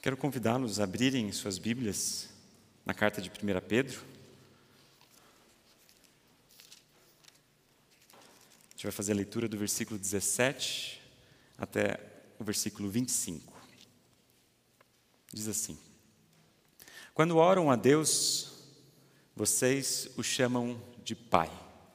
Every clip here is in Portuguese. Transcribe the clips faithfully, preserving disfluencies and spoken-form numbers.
Quero convidá-los a abrirem suas Bíblias na carta de primeira Pedro. A gente vai fazer a leitura do versículo dezessete até o versículo vinte e cinco. Diz assim: Quando oram a Deus, vocês o chamam de Pai.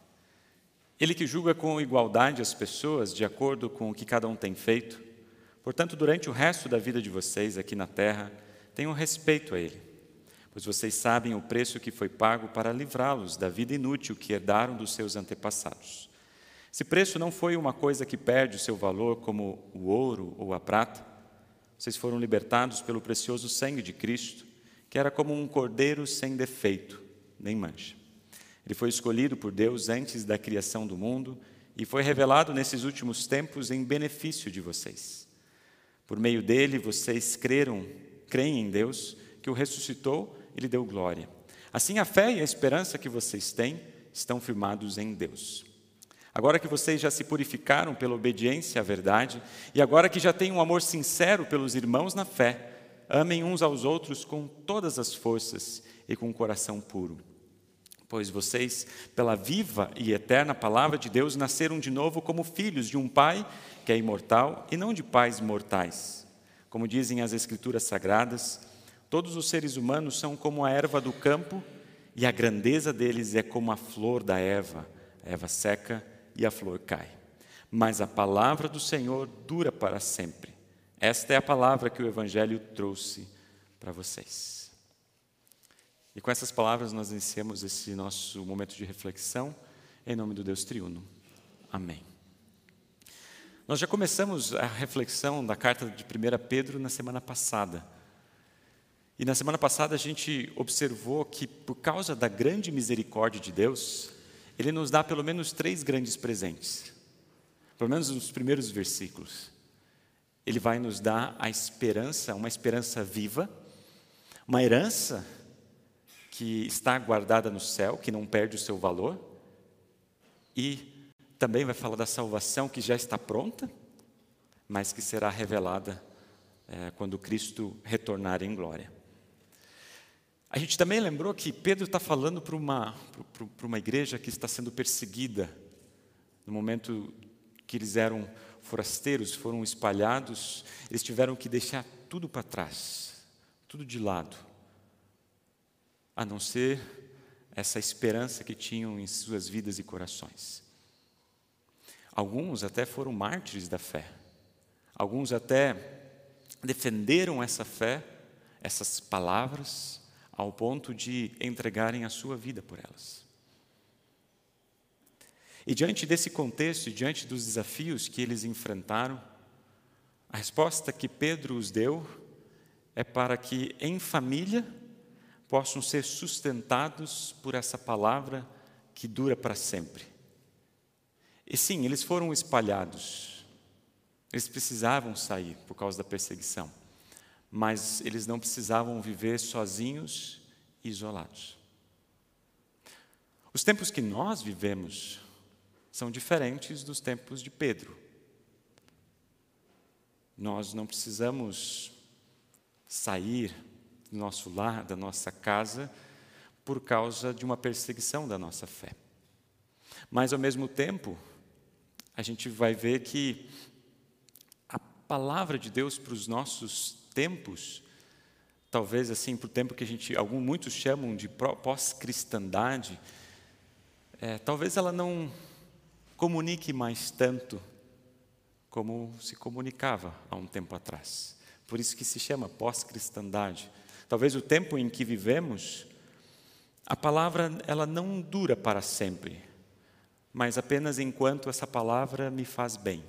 Ele que julga com igualdade as pessoas de acordo com o que cada um tem feito. Portanto, durante o resto da vida de vocês aqui na terra, tenham respeito a Ele, pois vocês sabem o preço que foi pago para livrá-los da vida inútil que herdaram dos seus antepassados. Esse preço não foi uma coisa que perde o seu valor como o ouro ou a prata. Vocês foram libertados pelo precioso sangue de Cristo, que era como um cordeiro sem defeito, nem mancha. Ele foi escolhido por Deus antes da criação do mundo e foi revelado nesses últimos tempos em benefício de vocês. Por meio dele, vocês creram, creem em Deus, que o ressuscitou e lhe deu glória. Assim, a fé e a esperança que vocês têm estão firmados em Deus. Agora que vocês já se purificaram pela obediência à verdade, e agora que já têm um amor sincero pelos irmãos na fé, amem uns aos outros com todas as forças e com um coração puro. Pois vocês, pela viva e eterna palavra de Deus, nasceram de novo como filhos de um Pai que é imortal e não de pais mortais. Como dizem as Escrituras Sagradas, todos os seres humanos são como a erva do campo e a grandeza deles é como a flor da erva. A erva seca e a flor cai. Mas a palavra do Senhor dura para sempre. Esta é a palavra que o Evangelho trouxe para vocês. E com essas palavras nós iniciamos esse nosso momento de reflexão, em nome do Deus triuno. Amém. Nós já começamos a reflexão da carta de primeira Pedro na semana passada. E na semana passada a gente observou que, por causa da grande misericórdia de Deus, Ele nos dá pelo menos três grandes presentes. Pelo menos nos primeiros versículos. Ele vai nos dar a esperança, uma esperança viva, uma herança que está guardada no céu, que não perde o seu valor, e também vai falar da salvação que já está pronta, mas que será revelada é, quando Cristo retornar em glória. A gente também lembrou que Pedro está falando para uma, para uma igreja que está sendo perseguida, no momento que eles eram forasteiros, foram espalhados, eles tiveram que deixar tudo para trás, tudo de lado, a não ser essa esperança que tinham em suas vidas e corações. Alguns até foram mártires da fé. Alguns até defenderam essa fé, essas palavras, ao ponto de entregarem a sua vida por elas. E diante desse contexto, e diante dos desafios que eles enfrentaram, a resposta que Pedro os deu é para que em família possam ser sustentados por essa palavra que dura para sempre. E sim, eles foram espalhados, eles precisavam sair por causa da perseguição, mas eles não precisavam viver sozinhos e isolados. Os tempos que nós vivemos são diferentes dos tempos de Pedro. Nós não precisamos sair do nosso lar, da nossa casa, por causa de uma perseguição da nossa fé. Mas, ao mesmo tempo, a gente vai ver que a palavra de Deus para os nossos tempos, talvez assim, para o tempo que a gente, alguns, muitos chamam de pós-cristandade, é, talvez ela não comunique mais tanto como se comunicava há um tempo atrás. Por isso que se chama pós-cristandade. Talvez o tempo em que vivemos, a palavra ela não dura para sempre, mas apenas enquanto essa palavra me faz bem,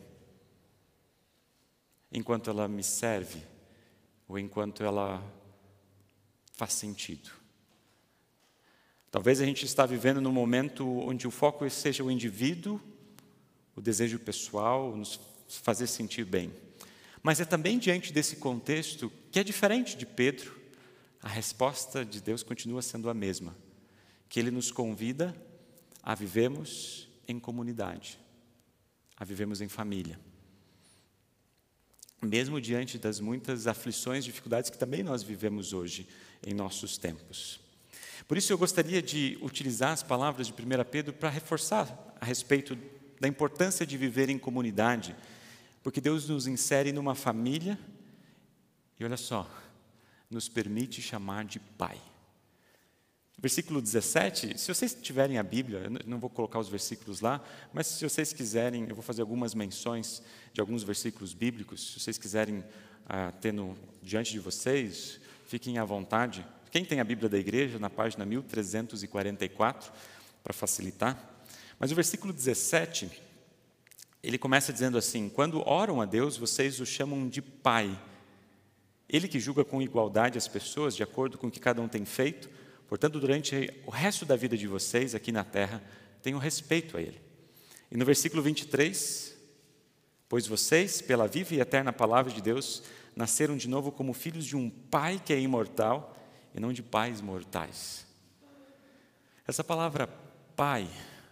enquanto ela me serve, ou enquanto ela faz sentido. Talvez a gente está vivendo num momento onde o foco seja o indivíduo, o desejo pessoal, nos fazer sentir bem. Mas é também diante desse contexto, que é diferente de Pedro, a resposta de Deus continua sendo a mesma, que Ele nos convida a vivermos em comunidade, a vivermos em família. mesmo diante das muitas aflições, dificuldades que também nós vivemos hoje em nossos tempos. Por isso eu gostaria de utilizar as palavras de primeira Pedro para reforçar a respeito da importância de viver em comunidade, porque Deus nos insere numa família e, olha só, nos permite chamar de Pai. Versículo dezessete, se vocês tiverem a Bíblia, eu não vou colocar os versículos lá, mas se vocês quiserem, eu vou fazer algumas menções de alguns versículos bíblicos, se vocês quiserem ah, ter no, diante de vocês, fiquem à vontade. Quem tem a Bíblia da igreja, na página mil trezentos e quarenta e quatro, para facilitar. Mas o versículo dezessete, ele começa dizendo assim: quando oram a Deus, vocês o chamam de Pai. Ele que julga com igualdade as pessoas, de acordo com o que cada um tem feito. Portanto, durante o resto da vida de vocês aqui na terra, tenham respeito a Ele. E no versículo vinte e três, pois vocês, pela viva e eterna palavra de Deus, nasceram de novo como filhos de um Pai que é imortal e não de pais mortais. Essa palavra Pai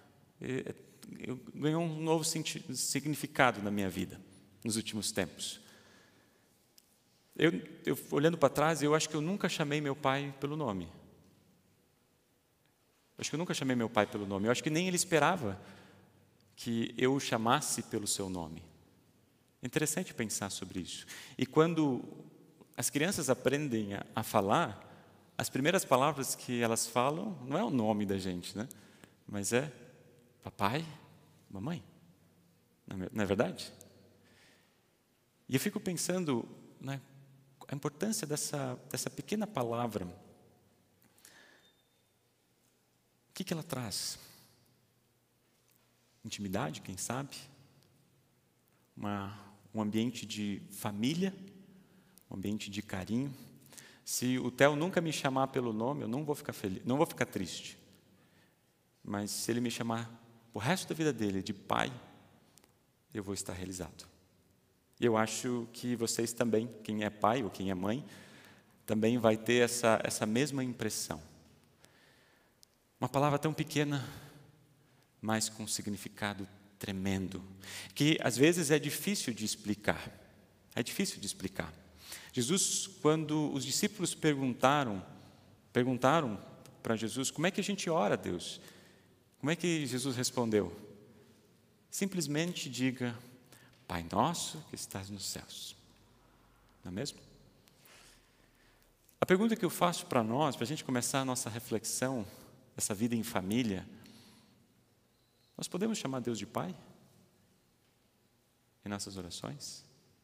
ganhou um novo significado na minha vida, nos últimos tempos. Eu, eu olhando para trás, eu acho que eu nunca chamei meu pai pelo nome. Acho que eu nunca chamei meu pai pelo nome. Eu acho que nem ele esperava que eu o chamasse pelo seu nome. É interessante pensar sobre isso. E quando as crianças aprendem a, a falar, as primeiras palavras que elas falam não é o nome da gente, né? Mas é papai, mamãe. Não é verdade? E eu fico pensando, né, a importância dessa, dessa pequena palavra. O que, que ela traz? Intimidade, quem sabe? Uma, um ambiente de família, um ambiente de carinho. Se o Theo nunca me chamar pelo nome, eu não vou ficar feliz, não vou ficar triste. Mas se ele me chamar o resto da vida dele de pai, eu vou estar realizado. Eu acho que vocês também, quem é pai ou quem é mãe, também vai ter essa, essa mesma impressão. Uma palavra tão pequena, mas com significado tremendo, que às vezes é difícil de explicar. É difícil de explicar. Jesus, quando os discípulos perguntaram, perguntaram para Jesus, como é que a gente ora a Deus? Como é que Jesus respondeu? Simplesmente diga, Pai nosso que estás nos céus. Não é mesmo? A pergunta que eu faço para nós, para a gente começar a nossa reflexão, essa vida em família, nós podemos chamar Deus de Pai? Em nossas orações?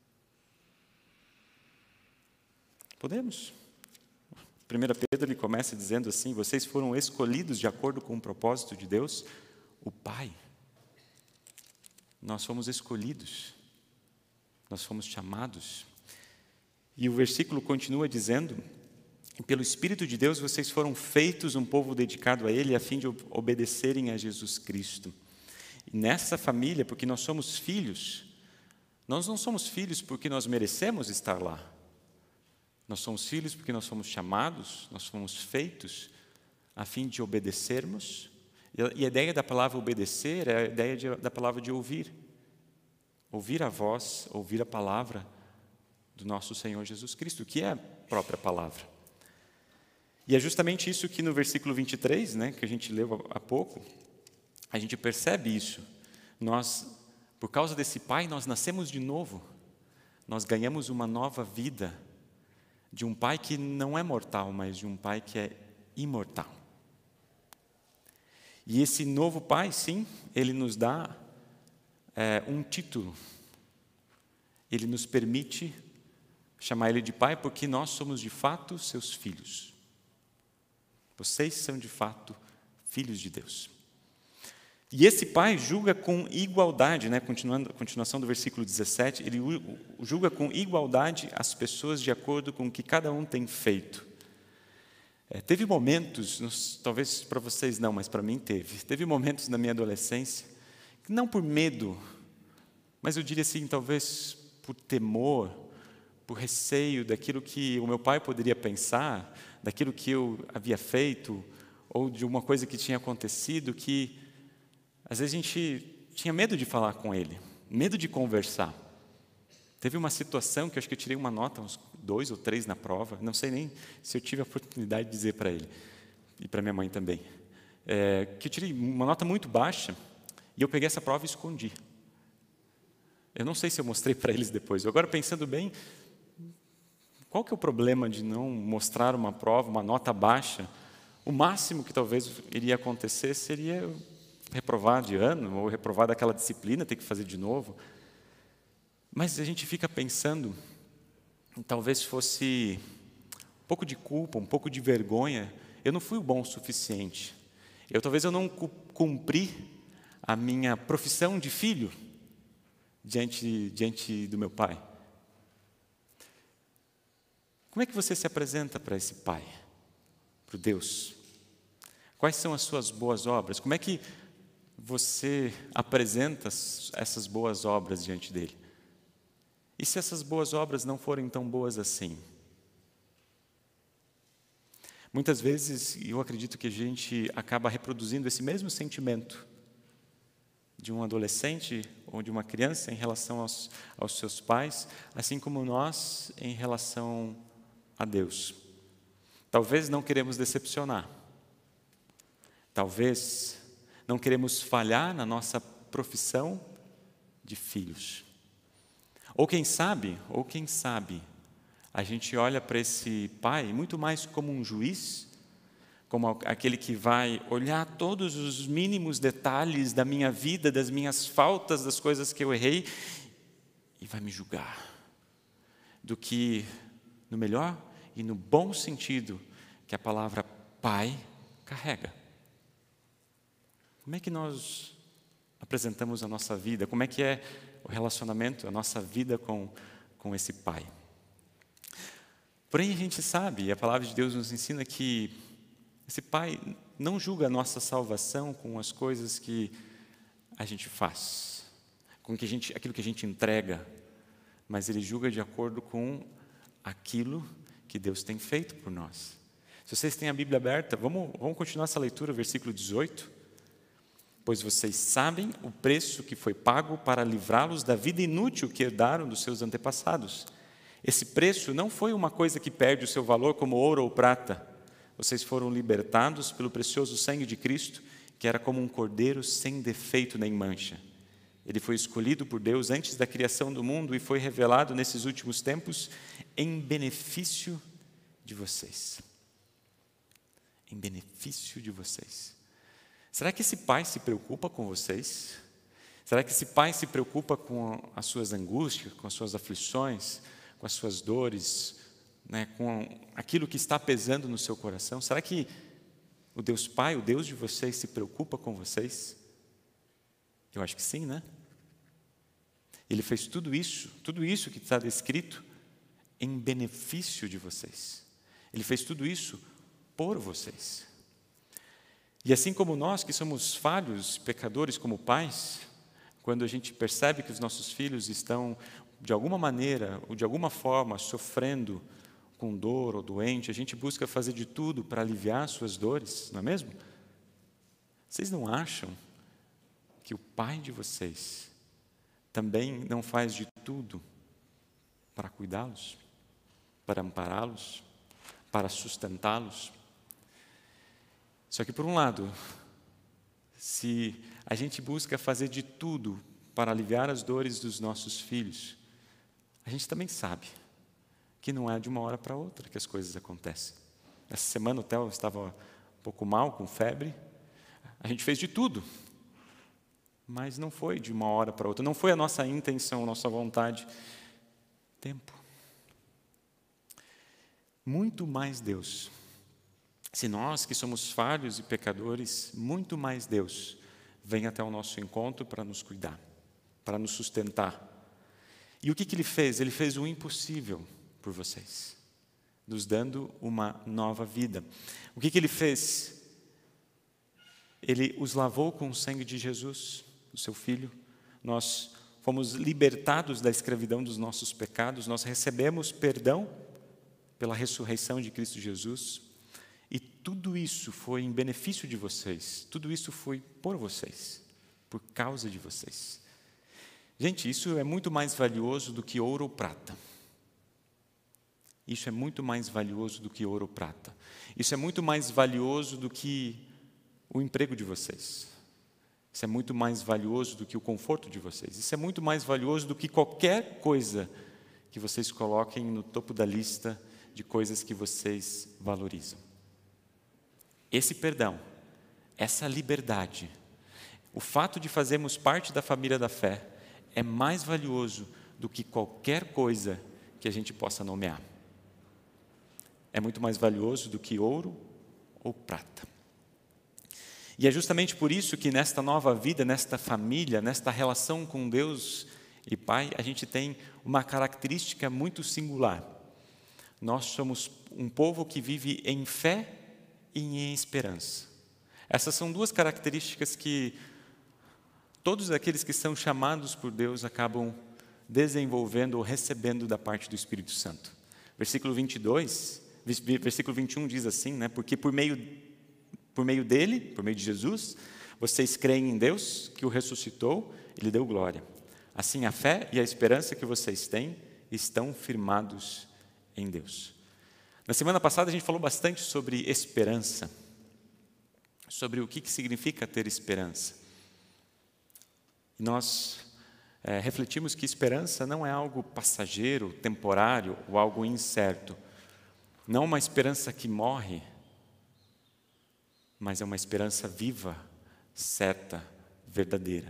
Podemos. primeira Pedro ele começa dizendo assim, vocês foram escolhidos de acordo com o propósito de Deus, o Pai. Nós fomos escolhidos, nós fomos chamados. E o versículo continua dizendo, pelo Espírito de Deus vocês foram feitos um povo dedicado a Ele, a fim de obedecerem a Jesus Cristo. E nessa família, porque nós somos filhos, nós não somos filhos porque nós merecemos estar lá. Nós somos filhos porque nós fomos chamados, nós fomos feitos a fim de obedecermos. E a ideia da palavra obedecer é a ideia de, da palavra de ouvir. Ouvir a voz, ouvir a palavra do nosso Senhor Jesus Cristo, que é a própria palavra. E é justamente isso que no versículo vinte e três, né, que a gente leu há pouco, a gente percebe isso. Nós, por causa desse Pai, nós nascemos de novo. Nós ganhamos uma nova vida de um Pai que não é mortal, mas de um Pai que é imortal. E esse novo Pai, sim, Ele nos dá é, um título. Ele nos permite chamar Ele de Pai porque nós somos de fato seus filhos. Vocês são de fato filhos de Deus. E esse Pai julga com igualdade, né? Continuando, continuação do versículo dezessete, ele julga com igualdade as pessoas de acordo com o que cada um tem feito. É, teve momentos, talvez para vocês não, mas para mim teve, teve momentos na minha adolescência, não por medo, mas eu diria assim, talvez por temor, por receio daquilo que o meu pai poderia pensar, daquilo que eu havia feito, ou de uma coisa que tinha acontecido, que às vezes a gente tinha medo de falar com ele, medo de conversar. Teve uma situação que eu acho que eu tirei uma nota, uns dois ou três na prova, não sei nem se eu tive a oportunidade de dizer para ele, e para minha mãe também, é, que eu tirei uma nota muito baixa, e eu peguei essa prova e escondi. Eu não sei se eu mostrei para eles depois. Eu agora pensando bem, qual que é o problema de não mostrar uma prova, uma nota baixa? O máximo que talvez iria acontecer seria eu reprovar de ano, ou reprovar daquela disciplina, ter que fazer de novo. Mas a gente fica pensando, talvez fosse um pouco de culpa, um pouco de vergonha. Eu não fui o bom o suficiente. Eu talvez eu não cumpri a minha profissão de filho diante, diante do meu pai. Como é que você se apresenta para esse pai, para o Deus? Quais são as suas boas obras? Como é que você apresenta essas boas obras diante dele? E se essas boas obras não forem tão boas assim? Muitas vezes, eu acredito que a gente acaba reproduzindo esse mesmo sentimento de um adolescente ou de uma criança em relação aos, aos seus pais, assim como nós em relação a Deus. Talvez não queremos decepcionar. Talvez não queremos falhar na nossa profissão de filhos. Ou quem sabe, ou quem sabe, a gente olha para esse pai muito mais como um juiz, como aquele que vai olhar todos os mínimos detalhes da minha vida, das minhas faltas, das coisas que eu errei, e vai me julgar, do que no melhor e no bom sentido que a palavra pai carrega. Como é que nós apresentamos a nossa vida? Como é que é o relacionamento, a nossa vida com, com esse pai? Porém, a gente sabe, e a palavra de Deus nos ensina que esse pai não julga a nossa salvação com as coisas que a gente faz, com que a gente, aquilo que a gente entrega, mas ele julga de acordo com aquilo que Deus tem feito por nós. Se vocês têm a Bíblia aberta, vamos, vamos continuar essa leitura, versículo dezoito. Pois vocês sabem o preço que foi pago para livrá-los da vida inútil que herdaram dos seus antepassados. Esse preço não foi uma coisa que perde o seu valor como ouro ou prata. Vocês foram libertados pelo precioso sangue de Cristo, que era como um cordeiro sem defeito nem mancha. Ele foi escolhido por Deus antes da criação do mundo e foi revelado nesses últimos tempos em benefício de vocês. Em benefício de vocês. Será que esse pai se preocupa com vocês? Será que esse pai se preocupa com as suas angústias, com as suas aflições, com as suas dores, né, com aquilo que está pesando no seu coração? Será que o Deus Pai, o Deus de vocês, se preocupa com vocês? Eu acho que sim, né? Ele fez tudo isso, tudo isso que está descrito, em benefício de vocês. Ele fez tudo isso por vocês. E assim como nós, que somos falhos, pecadores como pais, quando a gente percebe que os nossos filhos estão, de alguma maneira, ou de alguma forma, sofrendo com dor ou doente, a gente busca fazer de tudo para aliviar suas dores, não é mesmo? Vocês não acham que o pai de vocês também não faz de tudo para cuidá-los, para ampará-los, para sustentá-los? Só que, por um lado, se a gente busca fazer de tudo para aliviar as dores dos nossos filhos, a gente também sabe que não é de uma hora para outra que as coisas acontecem. Essa semana o Theo estava um pouco mal, com febre. A gente fez de tudo, mas não foi de uma hora para outra. Não foi a nossa intenção, a nossa vontade. Tempo. Muito mais Deus. Se nós, que somos falhos e pecadores, muito mais Deus vem até o nosso encontro para nos cuidar, para nos sustentar. E o que, que Ele fez? Ele fez o impossível por vocês, nos dando uma nova vida. O que, que Ele fez? Ele os lavou com o sangue de Jesus, o seu Filho. Nós fomos libertados da escravidão dos nossos pecados, nós recebemos perdão pela ressurreição de Cristo Jesus. E tudo isso foi em benefício de vocês, tudo isso foi por vocês, por causa de vocês. Gente, isso é muito mais valioso do que ouro ou prata. Isso é muito mais valioso do que ouro ou prata. Isso é muito mais valioso do que o emprego de vocês. Isso é muito mais valioso do que o conforto de vocês. Isso é muito mais valioso do que qualquer coisa que vocês coloquem no topo da lista de coisas que vocês valorizam. Esse perdão, essa liberdade, o fato de fazermos parte da família da fé é mais valioso do que qualquer coisa que a gente possa nomear. É muito mais valioso do que ouro ou prata. E é justamente por isso que nesta nova vida, nesta família, nesta relação com Deus e Pai, a gente tem uma característica muito singular. Nós somos um povo que vive em fé e em esperança. Essas são duas características que todos aqueles que são chamados por Deus acabam desenvolvendo ou recebendo da parte do Espírito Santo. Versículo vinte e dois, versículo vinte e um diz assim, né? Porque por meio, por meio dele, por meio de Jesus, vocês creem em Deus que o ressuscitou e lhe deu glória. Assim a fé e a esperança que vocês têm estão firmados em Deus. Na semana passada a gente falou bastante sobre esperança, sobre o que, que significa ter esperança. E nós é, refletimos que esperança não é algo passageiro, temporário ou algo incerto. Não uma esperança que morre, mas é uma esperança viva, certa, verdadeira.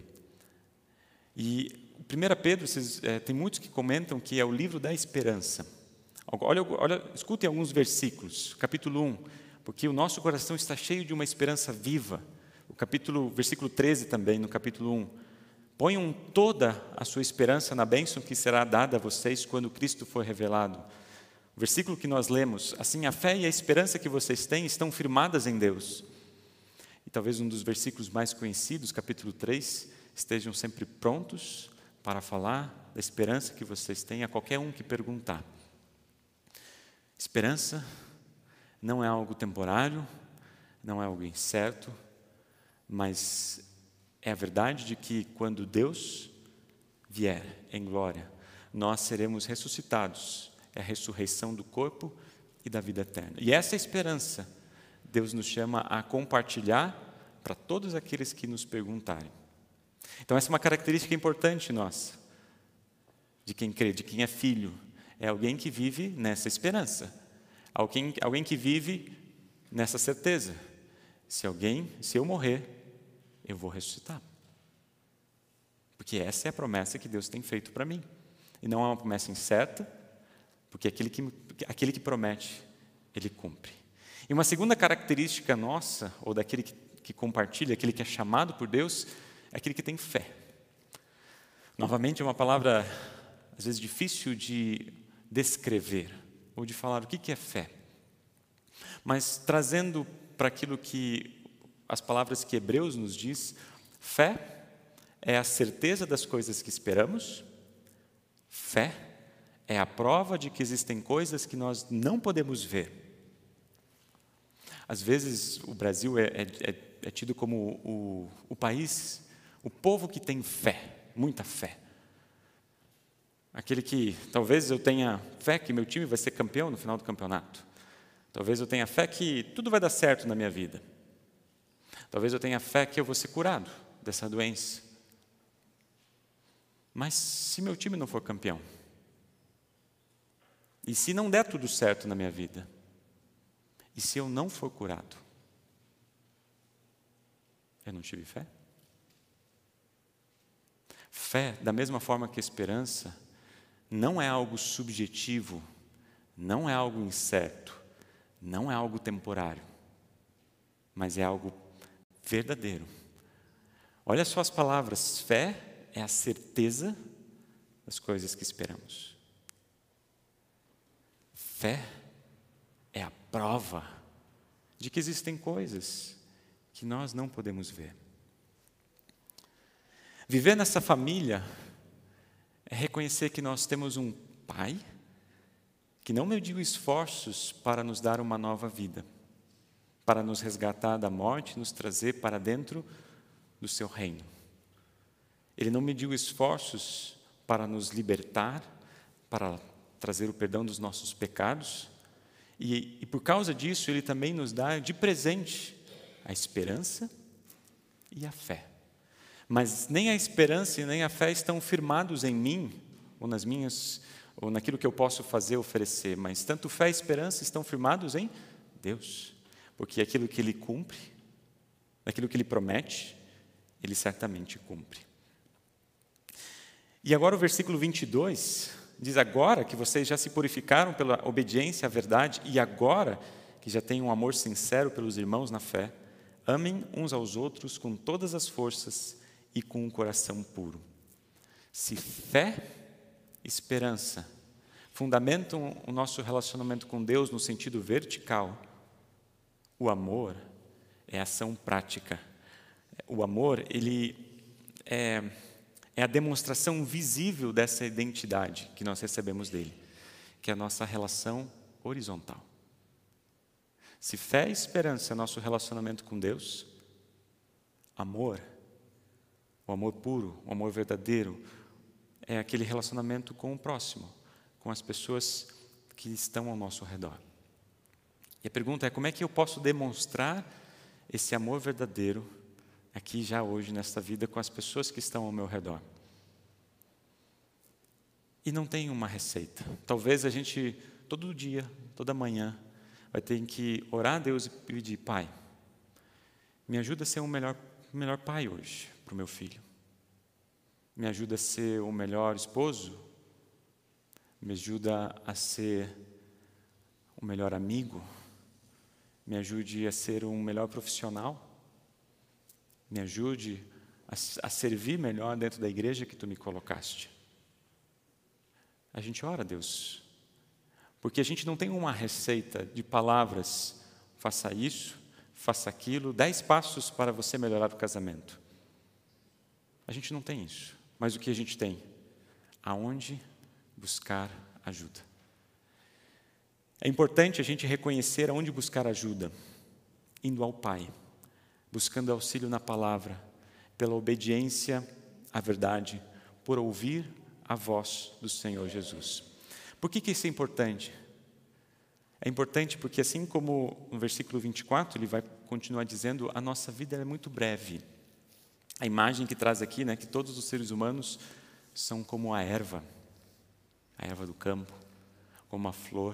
E o primeiro Pedro, vocês, é, tem muitos que comentam que é o livro da esperança. Olha, olha, escutem alguns versículos, capítulo um, porque o nosso coração está cheio de uma esperança viva. O capítulo, versículo treze também, no capítulo um. Ponham toda a sua esperança na bênção que será dada a vocês quando Cristo for revelado. O versículo que nós lemos, assim a fé e a esperança que vocês têm estão firmadas em Deus. E talvez um dos versículos mais conhecidos, capítulo três, estejam sempre prontos para falar da esperança que vocês têm a qualquer um que perguntar. Esperança não é algo temporário, não é algo incerto, mas é a verdade de que quando Deus vier em glória, nós seremos ressuscitados. É a ressurreição do corpo e da vida eterna. E essa esperança, Deus nos chama a compartilhar para todos aqueles que nos perguntarem. Então essa é uma característica importante nossa, de quem crê, de quem é filho. É alguém que vive nessa esperança. Alguém, alguém que vive nessa certeza. Se alguém, se eu morrer, eu vou ressuscitar. Porque essa é a promessa que Deus tem feito para mim. E não é uma promessa incerta, porque aquele que, aquele que promete, ele cumpre. E uma segunda característica nossa, ou daquele que, que compartilha, aquele que é chamado por Deus, é aquele que tem fé. Novamente, é uma palavra, às vezes, difícil de descrever, ou de falar o que é fé. Mas, trazendo para aquilo que as palavras que Hebreus nos diz, fé é a certeza das coisas que esperamos, fé é a prova de que existem coisas que nós não podemos ver. Às vezes, o Brasil é, é, é tido como o, o país, o povo que tem fé, muita fé. Aquele que, talvez eu tenha fé que meu time vai ser campeão no final do campeonato. Talvez eu tenha fé que tudo vai dar certo na minha vida. Talvez eu tenha fé que eu vou ser curado dessa doença. Mas se meu time não for campeão? E se não der tudo certo na minha vida? E se eu não for curado? Eu não tive fé? Fé, da mesma forma que esperança, não é algo subjetivo, não é algo incerto, não é algo temporário, mas é algo verdadeiro. Olha só as palavras, fé é a certeza das coisas que esperamos. Fé é a prova de que existem coisas que nós não podemos ver. Viver nessa família é reconhecer que nós temos um Pai que não mediu esforços para nos dar uma nova vida, para nos resgatar da morte e nos trazer para dentro do seu reino. Ele não mediu esforços para nos libertar, para trazer o perdão dos nossos pecados. E, e por causa disso, Ele também nos dá de presente a esperança e a fé. Mas nem a esperança e nem a fé estão firmados em mim, ou nas minhas, ou naquilo que eu posso fazer, oferecer. Mas tanto fé e esperança estão firmados em Deus. Porque aquilo que Ele cumpre, aquilo que Ele promete, Ele certamente cumpre. E agora o versículo vinte e dois diz: agora que vocês já se purificaram pela obediência à verdade e agora que já têm um amor sincero pelos irmãos na fé, amem uns aos outros com todas as forças e com um coração puro. Se fé, esperança fundamentam o nosso relacionamento com Deus no sentido vertical, o amor é ação prática. O amor, ele é, é a demonstração visível dessa identidade que nós recebemos dele, que é a nossa relação horizontal. Se fé e esperança é nosso relacionamento com Deus, amor, o amor puro, o amor verdadeiro, é aquele relacionamento com o próximo, com as pessoas que estão ao nosso redor. E a pergunta é: como é que eu posso demonstrar esse amor verdadeiro aqui já hoje, nesta vida, com as pessoas que estão ao meu redor? E não tem uma receita. Talvez a gente, todo dia, toda manhã, vai ter que orar a Deus e pedir: Pai, me ajuda a ser um melhor, melhor pai hoje para o meu filho. Me ajuda a ser o melhor esposo. Me ajuda a ser o melhor amigo. Me ajude a ser um melhor profissional. Me ajude a, a servir melhor dentro da igreja que Tu me colocaste. A gente ora a Deus, porque a gente não tem uma receita de palavras: faça isso, faça aquilo, dez passos para você melhorar o casamento. A gente não tem isso. Mas o que a gente tem? Aonde buscar ajuda. É importante a gente reconhecer aonde buscar ajuda, indo ao Pai, buscando auxílio na palavra, pela obediência à verdade, por ouvir a voz do Senhor Jesus. Por que que isso é importante? É importante porque, assim como no versículo vinte e quatro, ele vai continuar dizendo: a nossa vida é muito breve. A imagem que traz aqui, né, que todos os seres humanos são como a erva, a erva do campo, como a flor.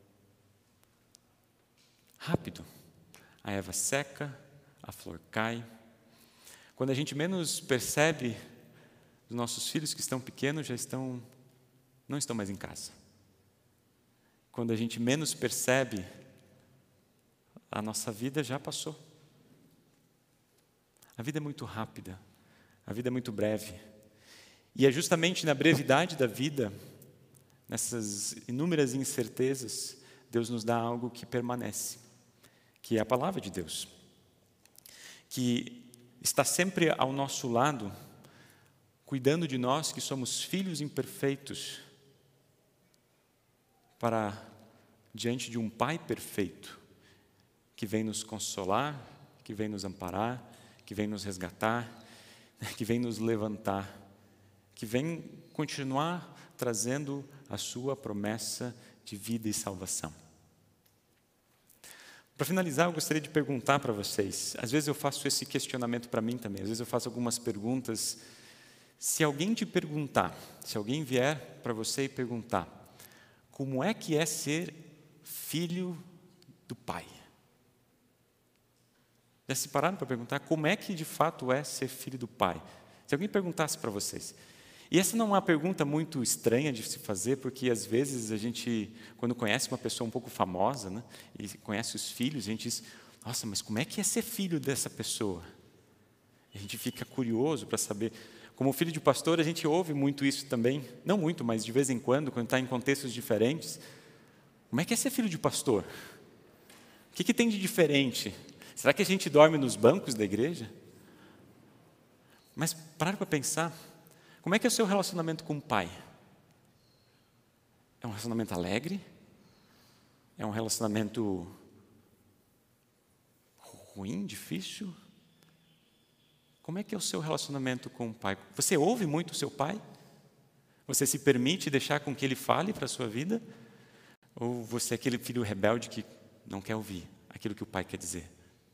Rápido, a erva seca, a flor cai. Quando a gente menos percebe, os nossos filhos que estão pequenos já estão, não estão mais em casa. Quando a gente menos percebe, a nossa vida já passou. A vida é muito rápida, a vida é muito breve. E é justamente na brevidade da vida, nessas inúmeras incertezas, Deus nos dá algo que permanece, que é a palavra de Deus, que está sempre ao nosso lado, cuidando de nós que somos filhos imperfeitos, para diante de um Pai perfeito, que vem nos consolar, que vem nos amparar, que vem nos resgatar, que vem nos levantar, que vem continuar trazendo a sua promessa de vida e salvação. Para finalizar, eu gostaria de perguntar para vocês, às vezes eu faço esse questionamento para mim também, às vezes eu faço algumas perguntas. Se alguém te perguntar, se alguém vier para você e perguntar: como é que é ser filho do Pai? Já se pararam para perguntar como é que de fato é ser filho do Pai? Se alguém perguntasse para vocês. E essa não é uma pergunta muito estranha de se fazer, porque às vezes a gente, quando conhece uma pessoa um pouco famosa, né, e conhece os filhos, a gente diz: nossa, mas como é que é ser filho dessa pessoa? A gente fica curioso para saber. Como filho de pastor, a gente ouve muito isso também, não muito, mas de vez em quando, quando está em contextos diferentes. Como é que é ser filho de pastor? O que, que tem de diferente? Será que a gente dorme nos bancos da igreja? Mas parar para pensar, como é que é o seu relacionamento com o Pai? É um relacionamento alegre? É um relacionamento ruim, difícil? Como é que é o seu relacionamento com o pai? Você ouve muito o seu pai? Você se permite deixar com que ele fale para a sua vida? Ou você é aquele filho rebelde que não quer ouvir aquilo que o pai quer dizer?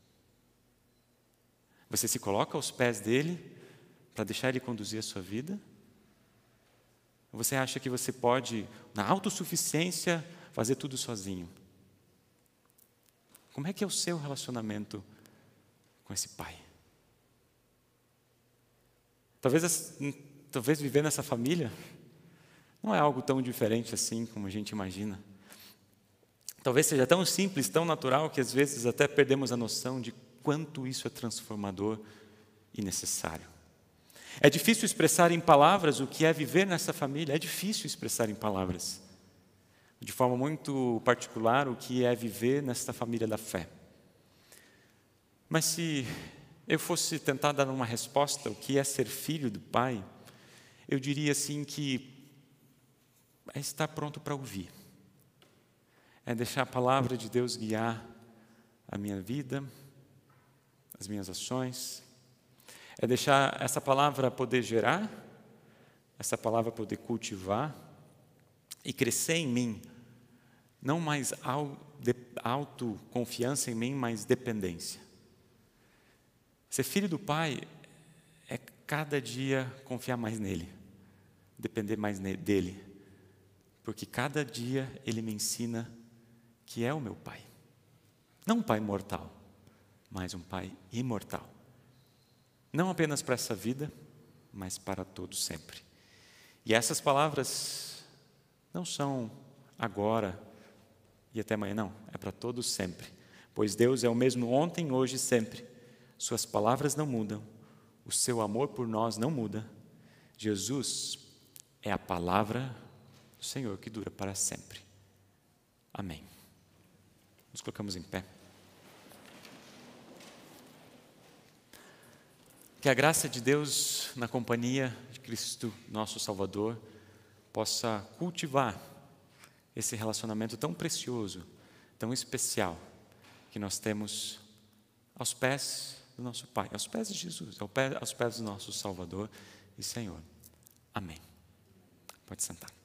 Você se coloca aos pés dele para deixar ele conduzir a sua vida? Ou você acha que você pode, na autossuficiência, fazer tudo sozinho? Como é que é o seu relacionamento com esse pai? Talvez, talvez viver nessa família não é algo tão diferente assim como a gente imagina. Talvez seja tão simples, tão natural, que às vezes até perdemos a noção de quanto isso é transformador e necessário. É difícil expressar em palavras o que é viver nessa família, é difícil expressar em palavras. De forma muito particular, o que é viver nesta família da fé. Mas se eu fosse tentar dar uma resposta, o que é ser filho do Pai, eu diria assim que é estar pronto para ouvir. É deixar a palavra de Deus guiar a minha vida, as minhas ações. É deixar essa palavra poder gerar, essa palavra poder cultivar e crescer em mim, não mais autoconfiança em mim, mas dependência. Ser filho do Pai é cada dia confiar mais nele, depender mais dele, porque cada dia ele me ensina que é o meu Pai. Não um Pai mortal, mas um Pai imortal. Não apenas para essa vida, mas para todos sempre. E essas palavras não são agora e até amanhã, não. É para todos sempre. Pois Deus é o mesmo ontem, hoje e sempre. Suas palavras não mudam. O seu amor por nós não muda. Jesus é a palavra do Senhor que dura para sempre. Amém. Nos colocamos em pé. Que a graça de Deus, na companhia de Cristo, nosso Salvador, possa cultivar esse relacionamento tão precioso, tão especial, que nós temos aos pés do nosso Pai, aos pés de Jesus, aos pés do nosso Salvador e Senhor. Amém. Pode sentar.